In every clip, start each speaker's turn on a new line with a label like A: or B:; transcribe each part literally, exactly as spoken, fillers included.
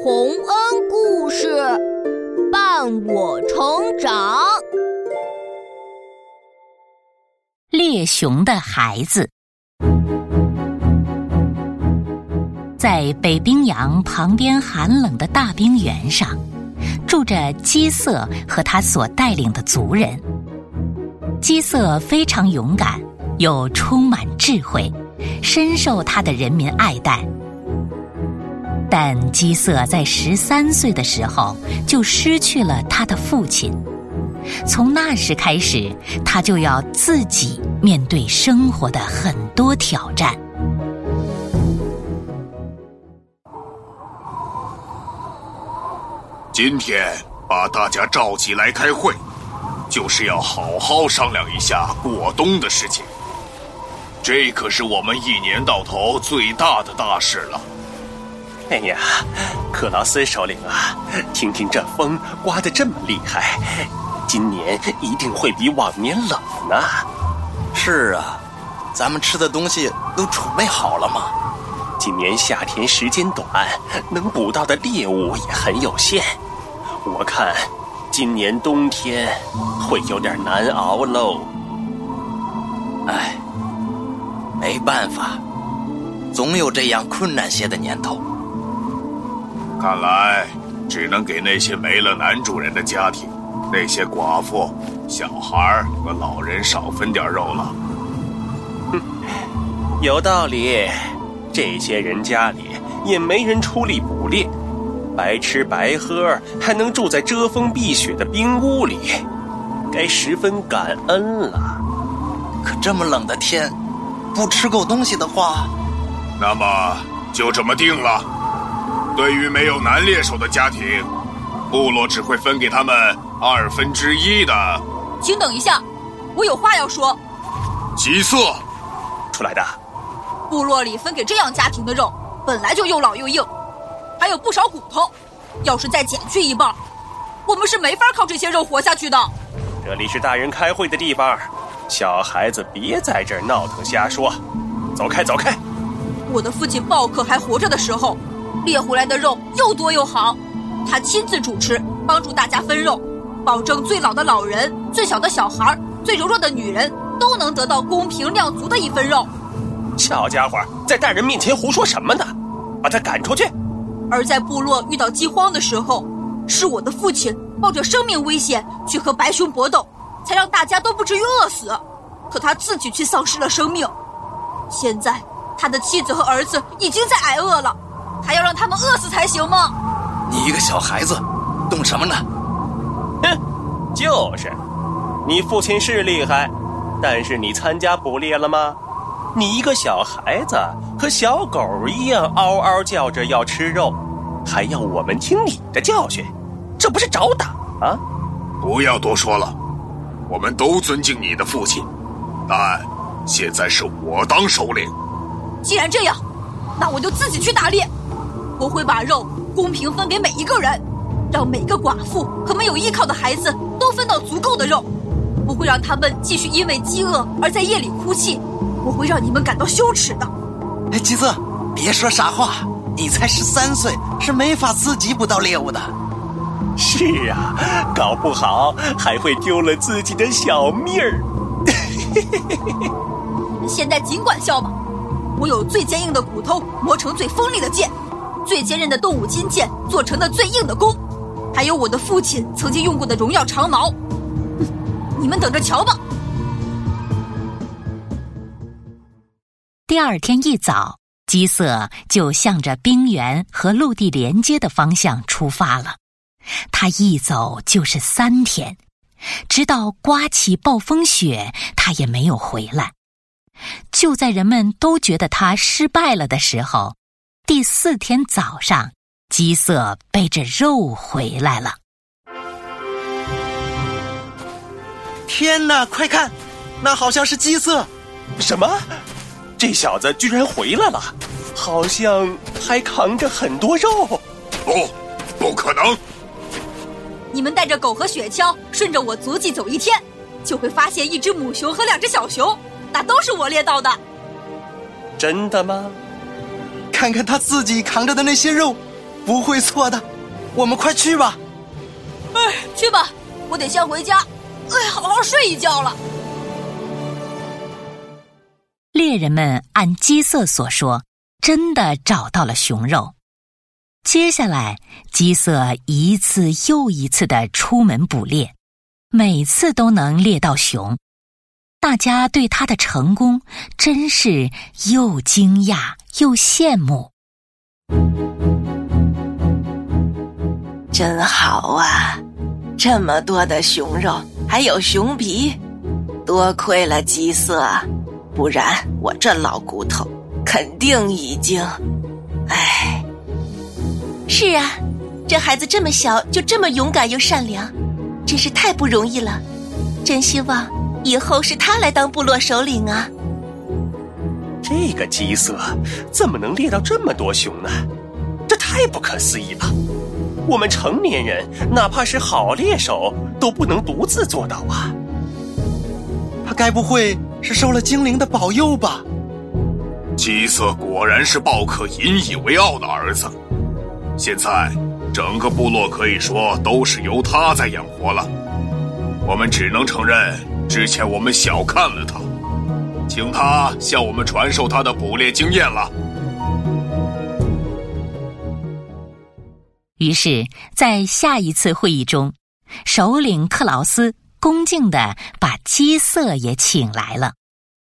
A: 洪恩故事伴我成长。
B: 猎熊的孩子。在北冰洋旁边寒冷的大冰原上，住着基瑟和他所带领的族人。基瑟非常勇敢，又充满智慧，深受他的人民爱戴。但基瑟在十三岁的时候就失去了他的父亲，从那时开始，他就要自己面对生活的很多挑战。
C: 今天把大家召集来开会，就是要好好商量一下过冬的事情。这可是我们一年到头最大的大事了。
D: 哎呀，克劳斯首领啊，听听这风刮得这么厉害，今年一定会比往年冷呢。
E: 是啊，咱们吃的东西都储备好了吗？
D: 今年夏天时间短，能捕到的猎物也很有限。我看今年冬天会有点难熬喽。
E: 唉，没办法，总有这样困难些的年头。
C: 看来只能给那些没了男主人的家庭，那些寡妇、小孩和老人少分点肉了。
D: 哼，有道理，这些人家里也没人出力捕猎，白吃白喝，还能住在遮风避雪的冰屋里，该十分感恩了。
E: 可这么冷的天，不吃够东西的话，
C: 那么就这么定了。对于没有男猎手的家庭，部落只会分给他们二分之一的。
F: 请等一下，我有话要说。
C: 基瑟，
D: 出来的。
F: 部落里分给这样家庭的肉，本来就又老又硬，还有不少骨头。要是再减去一半，我们是没法靠这些肉活下去的。
D: 这里是大人开会的地方，小孩子别在这儿闹腾瞎说。走开，走开。
F: 我的父亲鲍克还活着的时候，猎回来的肉又多又好，他亲自主持，帮助大家分肉，保证最老的老人、最小的小孩、最柔弱的女人都能得到公平量足的一份肉。
D: 小家伙在大人面前胡说什么呢？把他赶出去。
F: 而在部落遇到饥荒的时候，是我的父亲冒着生命危险去和白熊搏斗，才让大家都不至于饿死，可他自己却丧失了生命。现在他的妻子和儿子已经在挨饿了，还要让他们饿死才行吗？
E: 你一个小孩子懂什么呢？
D: 哼，就是你父亲是厉害，但是你参加捕猎了吗？你一个小孩子和小狗一样嗷嗷叫着要吃肉，还要我们听你的教训，这不是找打啊？
C: 不要多说了，我们都尊敬你的父亲，但现在是我当首领。
F: 既然这样，那我就自己去打猎。我会把肉公平分给每一个人，让每个寡妇和没有依靠的孩子都分到足够的肉，不会让他们继续因为饥饿而在夜里哭泣，我会让你们感到羞耻的。
E: 哎，基瑟，别说傻话，你才十三岁，是没法自己捕到猎物的。
D: 是啊，搞不好还会丢了自己的小命儿。
F: 现在尽管笑吧，我有最坚硬的骨头磨成最锋利的剑，最坚韧的动物金剑做成的最硬的弓，还有我的父亲曾经用过的荣耀长矛。你们等着瞧吧。
B: 第二天一早，基瑟就向着冰原和陆地连接的方向出发了。他一走就是三天，直到刮起暴风雪，他也没有回来。就在人们都觉得他失败了的时候，第四天早上，基瑟背着肉回来了。
E: 天哪，快看，那好像是基瑟。
D: 什么？这小子居然回来了，好像还扛着很多肉。
C: 不，不可能。
F: 你们带着狗和雪橇顺着我足迹走一天，就会发现一只母熊和两只小熊，那都是我猎到的。
D: 真的吗？
E: 看看他自己扛着的那些肉， 不会错的，我们快去吧。
F: 哎，去吧，我得先回家，哎，好好睡一觉了。
B: 猎人们按基瑟所说，真的找到了熊肉。接下来，基瑟一次又一次地出门捕猎，每次都能猎到熊。大家对他的成功真是又惊讶又羡慕。
G: 真好啊，这么多的熊肉，还有熊皮，多亏了基瑟，不然我这老骨头肯定已经……唉。
H: 是啊，这孩子这么小就这么勇敢又善良，真是太不容易了。真希望以后是他来当部落首领啊。
D: 这个基瑟怎么能猎到这么多熊呢？这太不可思议了。我们成年人哪怕是好猎手都不能独自做到啊。
E: 他该不会是受了精灵的保佑吧？
C: 基瑟果然是豹可引以为傲的儿子。现在整个部落可以说都是由他在养活了。我们只能承认之前我们小看了他，请他向我们传授他的捕猎经验了。
B: 于是在下一次会议中，首领克劳斯恭敬地把基瑟也请来了。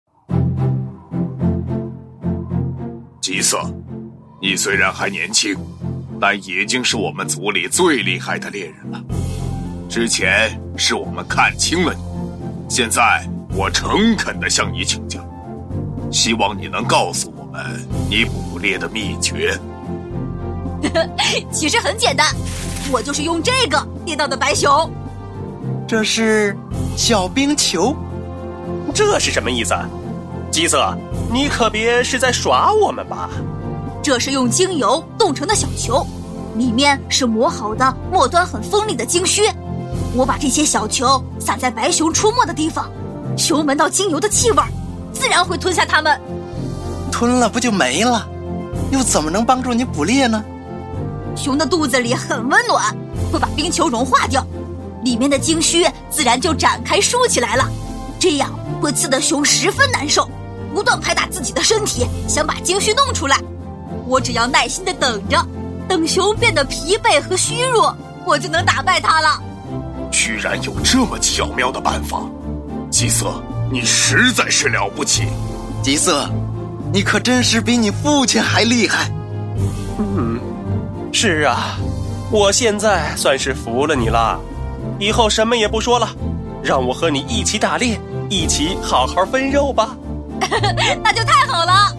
C: 基瑟，你虽然还年轻，但已经是我们族里最厉害的猎人了。之前是我们看轻了你，现在我诚恳地向你请教，希望你能告诉我们你捕猎的秘诀。
F: 其实很简单，我就是用这个猎到的白熊。
E: 这是小冰球？
D: 这是什么意思？基瑟，你可别是在耍我们吧？
F: 这是用精油冻成的小球，里面是磨好的末端很锋利的精靴。我把这些小球撒在白熊出没的地方，熊闻到精油的气味，自然会吞下它们。
E: 吞了不就没了？又怎么能帮助你捕猎呢？
F: 熊的肚子里很温暖，会把冰球融化掉，里面的精靴自然就展开竖起来了，这样会刺得熊十分难受，不断拍打自己的身体，想把精靴弄出来。我只要耐心地等着，等熊变得疲惫和虚弱，我就能打败它了。
C: 居然有这么巧妙的办法，基瑟，你实在是了不起。
E: 基瑟，你可真是比你父亲还厉害。
D: 嗯，是啊，我现在算是服了你了。以后什么也不说了，让我和你一起打猎，一起好好分肉吧。
F: 那就太好了。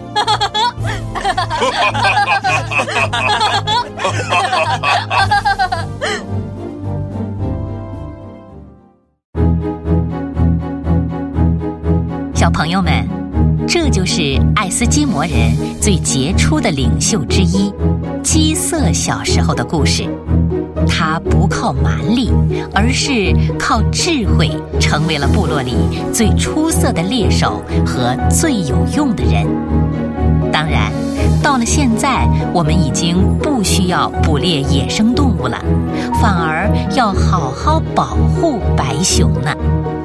B: 小朋友们，这就是爱斯基摩人最杰出的领袖之一基瑟小时候的故事。他不靠蛮力，而是靠智慧，成为了部落里最出色的猎手和最有用的人。当然，到了现在，我们已经不需要捕猎野生动物了，反而要好好保护白熊呢。